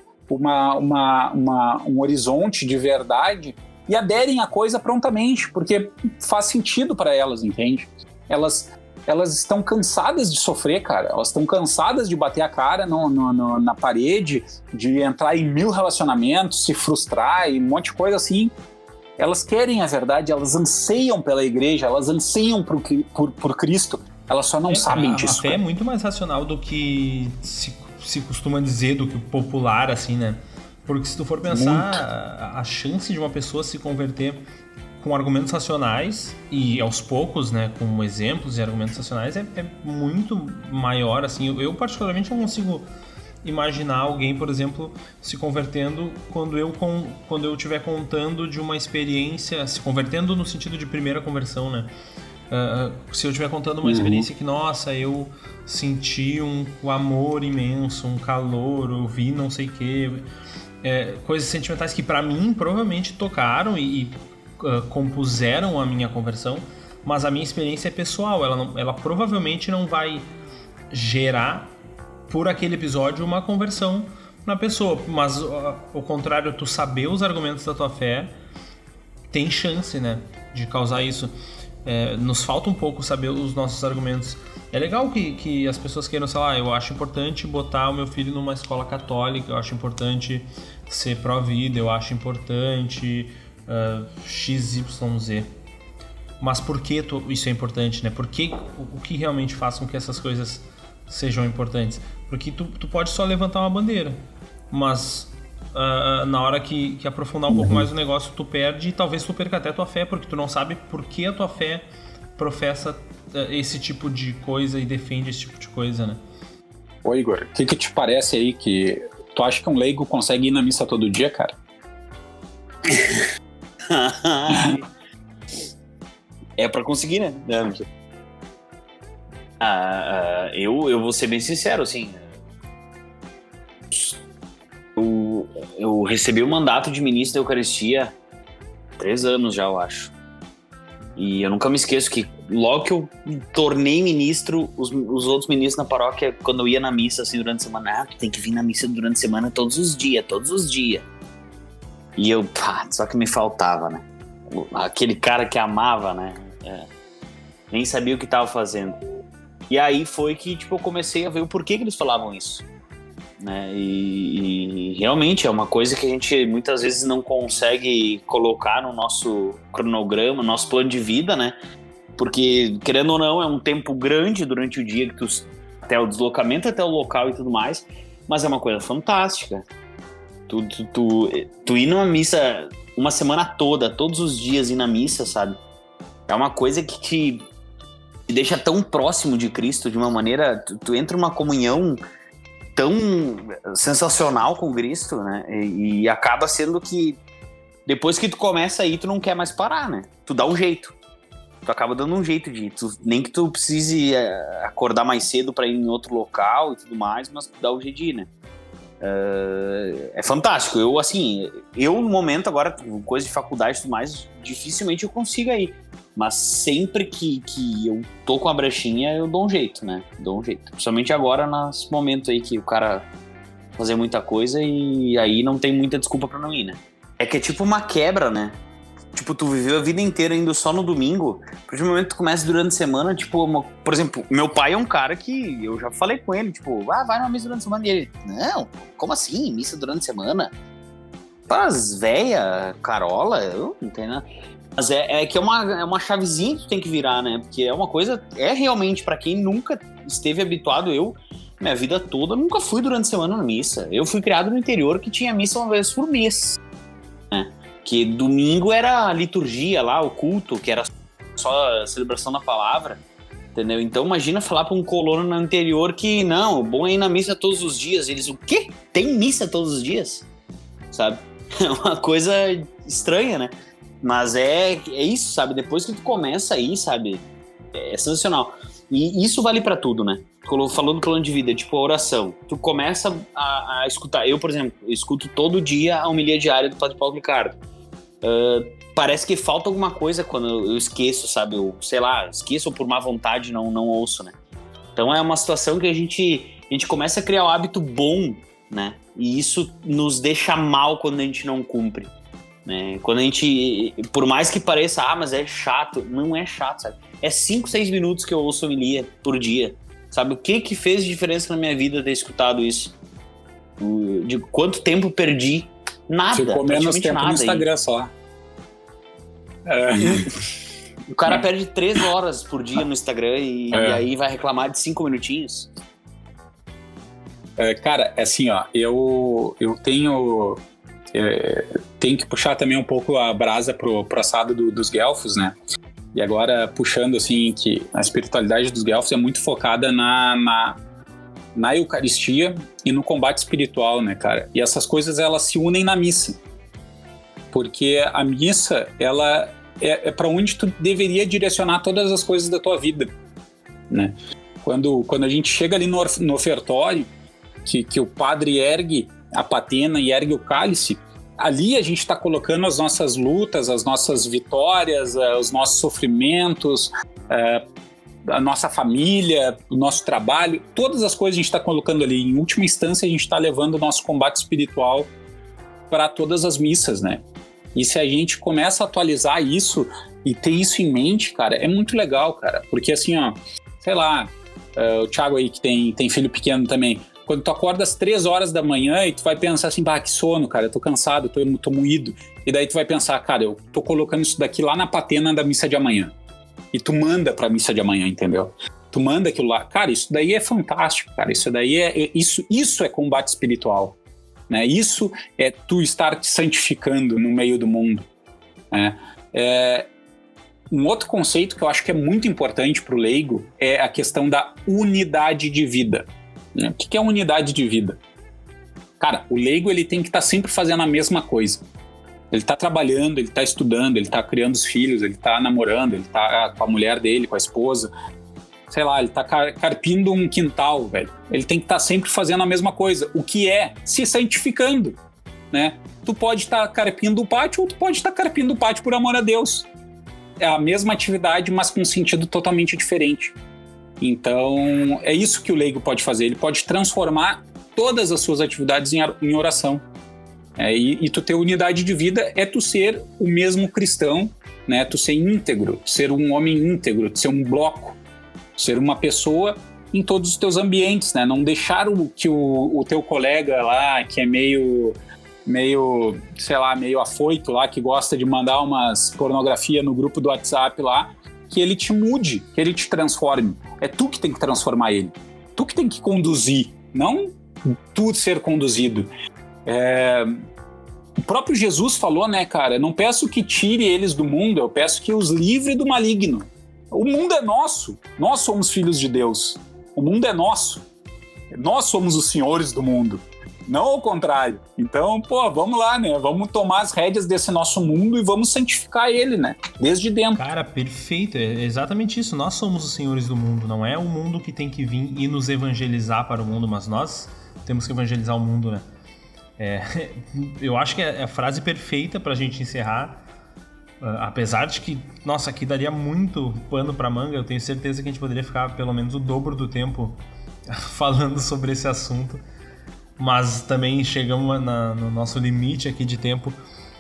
um horizonte de verdade e aderem à coisa prontamente, porque faz sentido para elas, entende? Elas estão cansadas de sofrer, cara. Elas estão cansadas de bater a cara na parede, de entrar em 1000 relacionamentos, se frustrar e um monte de coisa assim. Elas querem a verdade, elas anseiam pela igreja, elas anseiam por Cristo. Elas só não sabem disso. A fé é muito mais racional do que se costuma dizer, do que o popular, assim, né? Porque se tu for pensar, a chance de uma pessoa se converter com argumentos racionais e aos poucos, né, com exemplos e argumentos racionais é muito maior, assim. Eu particularmente não consigo imaginar alguém, por exemplo, se convertendo quando eu estiver contando de uma experiência, se convertendo no sentido de primeira conversão, né? Se eu estiver contando uma experiência que, nossa, eu senti um amor imenso, um calor, eu vi não sei o quê, coisas sentimentais que pra mim provavelmente tocaram e compuseram a minha conversão, mas a minha experiência é pessoal, ela provavelmente não vai gerar por aquele episódio uma conversão na pessoa, mas ao contrário, tu saber os argumentos da tua fé tem chance, né, de causar isso. Nos falta um pouco saber os nossos argumentos. É legal que as pessoas queiram, sei lá, eu acho importante botar o meu filho numa escola católica, eu acho importante ser pró-vida, eu acho importante XYZ. Mas por que isso é importante, né? O que realmente faz com que essas coisas sejam importantes? Porque tu pode só levantar uma bandeira, mas na hora que aprofundar um pouco mais o negócio, tu perde e talvez tu perca até a tua fé, porque tu não sabe por que a tua fé professa esse tipo de coisa e defende esse tipo de coisa, né? Ô Igor, o que te parece aí que tu acha que um leigo consegue ir na missa todo dia, cara? É pra conseguir, né? Eu vou ser bem sincero, assim. Eu recebi o mandato de ministro da Eucaristia há 3 anos já, eu acho. E eu nunca me esqueço que logo que eu tornei ministro, os outros ministros na paróquia, quando eu ia na missa assim durante a semana, tu tem que vir na missa durante a semana todos os dias. E eu, só que me faltava, né? Aquele cara que amava, né? Nem sabia o que estava fazendo. E aí foi que, tipo, eu comecei a ver o porquê que eles falavam isso, né? E realmente é uma coisa que a gente muitas vezes não consegue colocar no nosso cronograma, no nosso plano de vida, né? Porque, querendo ou não, é um tempo grande durante o dia, que até o deslocamento, até o local e tudo mais, mas é uma coisa fantástica. Tu ir numa missa uma semana toda, todos os dias ir na missa, sabe? É uma coisa que te deixa tão próximo de Cristo, de uma maneira... Tu entra numa comunhão tão sensacional com Cristo, né? E acaba sendo que depois que tu começa a ir, tu não quer mais parar, né? Tu dá um jeito. Tu acaba dando um jeito de ir. Nem que tu precise acordar mais cedo pra ir em outro local e tudo mais, mas tu dá um jeito de ir, né? É fantástico. Eu no momento agora, coisa de faculdade e tudo mais, dificilmente eu consiga ir. Mas sempre que eu tô com a brechinha, eu dou um jeito, né? Dou um jeito. Principalmente agora, nesse momento aí que o cara fazer muita coisa e aí não tem muita desculpa pra não ir, né? É que é tipo uma quebra, né? Tipo, tu viveu a vida inteira indo só no domingo, a partir do momento que tu começa durante a semana, tipo, por exemplo, meu pai é um cara que eu já falei com ele, tipo, vai numa missa durante a semana, e ele, não, como assim, missa durante a semana? Pras véia, carola, eu não tenho nada. Mas é que é uma chavezinha que tu tem que virar, né? Porque é uma coisa, realmente, pra quem nunca esteve habituado, minha vida toda, nunca fui durante a semana na missa. Eu fui criado no interior que tinha missa uma vez por mês, né? Que domingo era a liturgia lá, o culto, que era só a celebração da palavra, entendeu? Então imagina falar pra um colono no interior que, não, o bom é ir na missa todos os dias. Eles, o quê? Tem missa todos os dias? Sabe? É uma coisa estranha, né? Mas é isso, sabe? Depois que tu começa aí, sabe? É sensacional. E isso vale pra tudo, né? Falando do plano de vida, tipo a oração. Tu começa a escutar. Eu, por exemplo, escuto todo dia a homilia diária do Padre Paulo Ricardo. Parece que falta alguma coisa quando eu esqueço, sabe? Eu, sei lá, esqueço ou por má vontade não ouço, né? Então é uma situação que a gente começa a criar um hábito bom, né? E isso nos deixa mal quando a gente não cumpre, né? Quando a gente, por mais que pareça, mas é chato, não é chato, sabe? É 5, 6 minutos que eu ouço homilia por dia, sabe? O que fez diferença na minha vida ter escutado isso? De quanto tempo perdi? Nada. Ficou menos tempo nada no Instagram só. O cara perde 3 horas por dia no Instagram e aí vai reclamar de 5 minutinhos. Cara, assim, ó, eu tenho que puxar também um pouco a brasa pro assado dos guelfos, né? E agora puxando, assim, que a espiritualidade dos guelfos é muito focada na Eucaristia e no combate espiritual, né, cara? E essas coisas, elas se unem na missa. Porque a missa, ela é para onde tu deveria direcionar todas as coisas da tua vida, né? Quando a gente chega ali no ofertório, que o padre ergue a patena e ergue o cálice, ali a gente está colocando as nossas lutas, as nossas vitórias, os nossos sofrimentos, a nossa família, o nosso trabalho, todas as coisas a gente está colocando ali. Em última instância, a gente está levando o nosso combate espiritual para todas as missas, né? E se a gente começa a atualizar isso e ter isso em mente, cara, é muito legal, cara. Porque assim, ó, sei lá, o Thiago aí que tem filho pequeno também, quando tu acorda às 3 horas da manhã e tu vai pensar assim, que sono, cara, eu tô cansado, tô moído. E daí tu vai pensar, cara, eu tô colocando isso daqui lá na patena da missa de amanhã. E tu manda pra missa de amanhã, entendeu? Tu manda aquilo lá. Cara, isso daí é fantástico, cara. Isso daí isso é combate espiritual, né? Isso é tu estar te santificando no meio do mundo, né? Um outro conceito que eu acho que é muito importante pro leigo é a questão da unidade de vida. O que é unidade de vida? Cara, o leigo, ele tem que estar sempre fazendo a mesma coisa. Ele tá trabalhando, ele tá estudando, ele tá criando os filhos, ele tá namorando, ele tá com a mulher dele, com a esposa. Sei lá, ele tá carpindo um quintal, velho. Ele tem que estar sempre fazendo a mesma coisa. O que é? Se santificando, né? Tu pode estar carpindo o pátio ou tu pode estar carpindo o pátio por amor a Deus. É a mesma atividade, mas com um sentido totalmente diferente. Então, é isso que o leigo pode fazer. Ele pode transformar todas as suas atividades em oração. E tu ter unidade de vida é tu ser o mesmo cristão, né? Tu ser íntegro, ser um homem íntegro, ser um bloco, Ser uma pessoa em todos os teus ambientes, né? Não deixar que o teu colega lá, que é meio, sei lá, meio afoito lá, que gosta de mandar umas pornografia no grupo do WhatsApp lá, que ele te mude, que ele te transforme. É tu que tem que transformar ele. Tu que tem que conduzir, não tu ser conduzido. O próprio Jesus falou, né, cara? Não peço que tire eles do mundo, eu peço que os livre do maligno. O mundo é nosso. Nós somos filhos de Deus. O mundo é nosso. Nós somos os senhores do mundo. Não ao contrário. Então, vamos lá, né? Vamos tomar as rédeas desse nosso mundo e vamos santificar ele, né? Desde dentro. Cara, perfeito. É exatamente isso. Nós somos os senhores do mundo. Não é o mundo que tem que vir e nos evangelizar para o mundo, mas nós temos que evangelizar o mundo, né? Eu acho que é a frase perfeita pra gente encerrar. Apesar de que, nossa, aqui daria muito pano pra manga, eu tenho certeza que a gente poderia ficar pelo menos o dobro do tempo falando sobre esse assunto. Mas também chegamos no nosso limite aqui de tempo.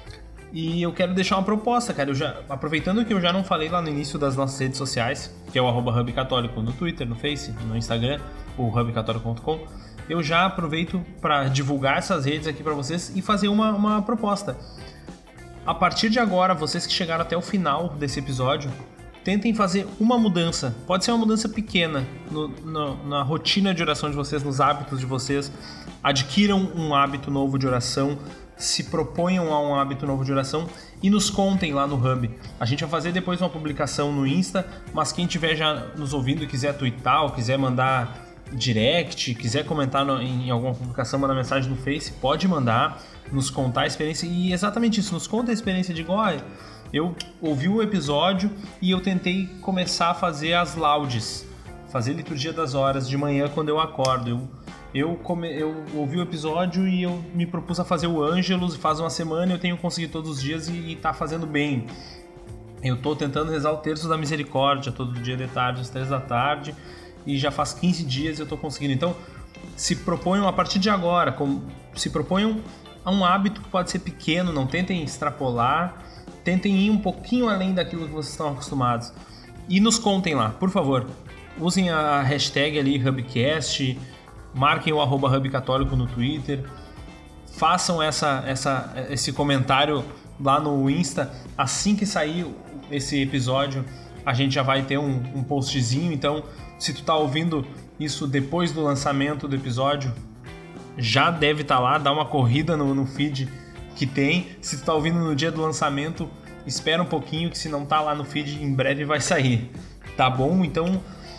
E eu quero deixar uma proposta, cara. Aproveitando que eu já não falei lá no início das nossas redes sociais, que é o @hubcatólico no Twitter, no Face, no Instagram, o hubcatólico.com, eu já aproveito para divulgar essas redes aqui para vocês e fazer uma proposta. A partir de agora, vocês que chegaram até o final desse episódio, tentem fazer uma mudança. Pode ser uma mudança pequena na rotina de oração de vocês, nos hábitos de vocês. Adquiram um hábito novo de oração, se proponham a um hábito novo de oração e nos contem lá no Hub. A gente vai fazer depois uma publicação no Insta, mas quem estiver já nos ouvindo e quiser twittar ou quiser mandar direct, quiser comentar em alguma publicação, mandar mensagem no Face, pode mandar, nos contar a experiência. E exatamente isso, nos conta a experiência de igual. Eu ouvi o episódio e eu tentei começar a fazer as laudes, fazer liturgia das horas de manhã quando eu acordo. Eu ouvi o episódio e eu me propus a fazer o Ângelus, faz uma semana eu tenho conseguido todos os dias e tá fazendo bem. Eu tô tentando rezar o Terço da Misericórdia todo dia de tarde, às 3 da tarde, e já faz 15 dias eu tô conseguindo. Então, se proponham a partir de agora, se proponham a um hábito que pode ser pequeno, não tentem extrapolar, tentem ir um pouquinho além daquilo que vocês estão acostumados. E nos contem lá, por favor. Usem a hashtag ali, Hubcast, marquem o @hubcatólico no Twitter, façam esse comentário lá no Insta. Assim que sair esse episódio, a gente já vai ter um postzinho. Então, se tu tá ouvindo isso depois do lançamento do episódio, já deve estar lá, dá uma corrida no feed que tem. Se tu tá ouvindo no dia do lançamento, espera um pouquinho, que se não tá lá no feed, em breve vai sair, tá bom? Então,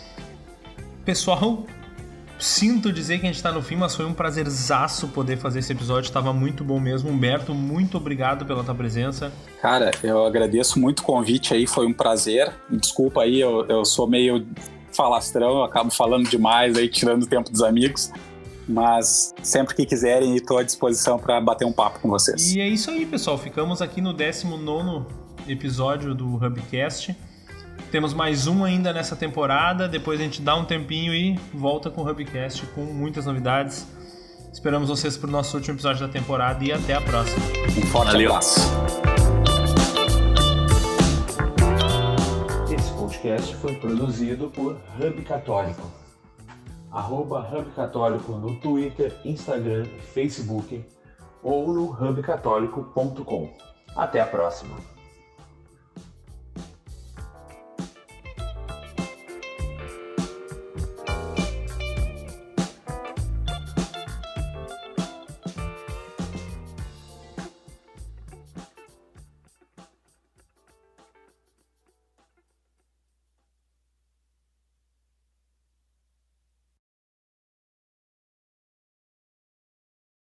pessoal, sinto dizer que a gente tá no fim, mas foi um prazerzaço poder fazer esse episódio, tava muito bom mesmo. Humberto, muito obrigado pela tua presença. Cara, eu agradeço muito o convite aí, foi um prazer. Desculpa aí, eu sou meio falastrão, eu acabo falando demais aí, tirando o tempo dos amigos. Mas sempre que quiserem, estou à disposição para bater um papo com vocês. E é isso aí, pessoal. Ficamos aqui no 19º episódio do Hubcast. Temos mais um ainda nessa temporada. Depois a gente dá um tempinho e volta com o Hubcast com muitas novidades. Esperamos vocês para o nosso último episódio da temporada e até a próxima. Um forte abraço. Esse podcast foi produzido por Hub Católico. @hubcatólico no Twitter, Instagram, Facebook ou no hubcatólico.com. Até a próxima!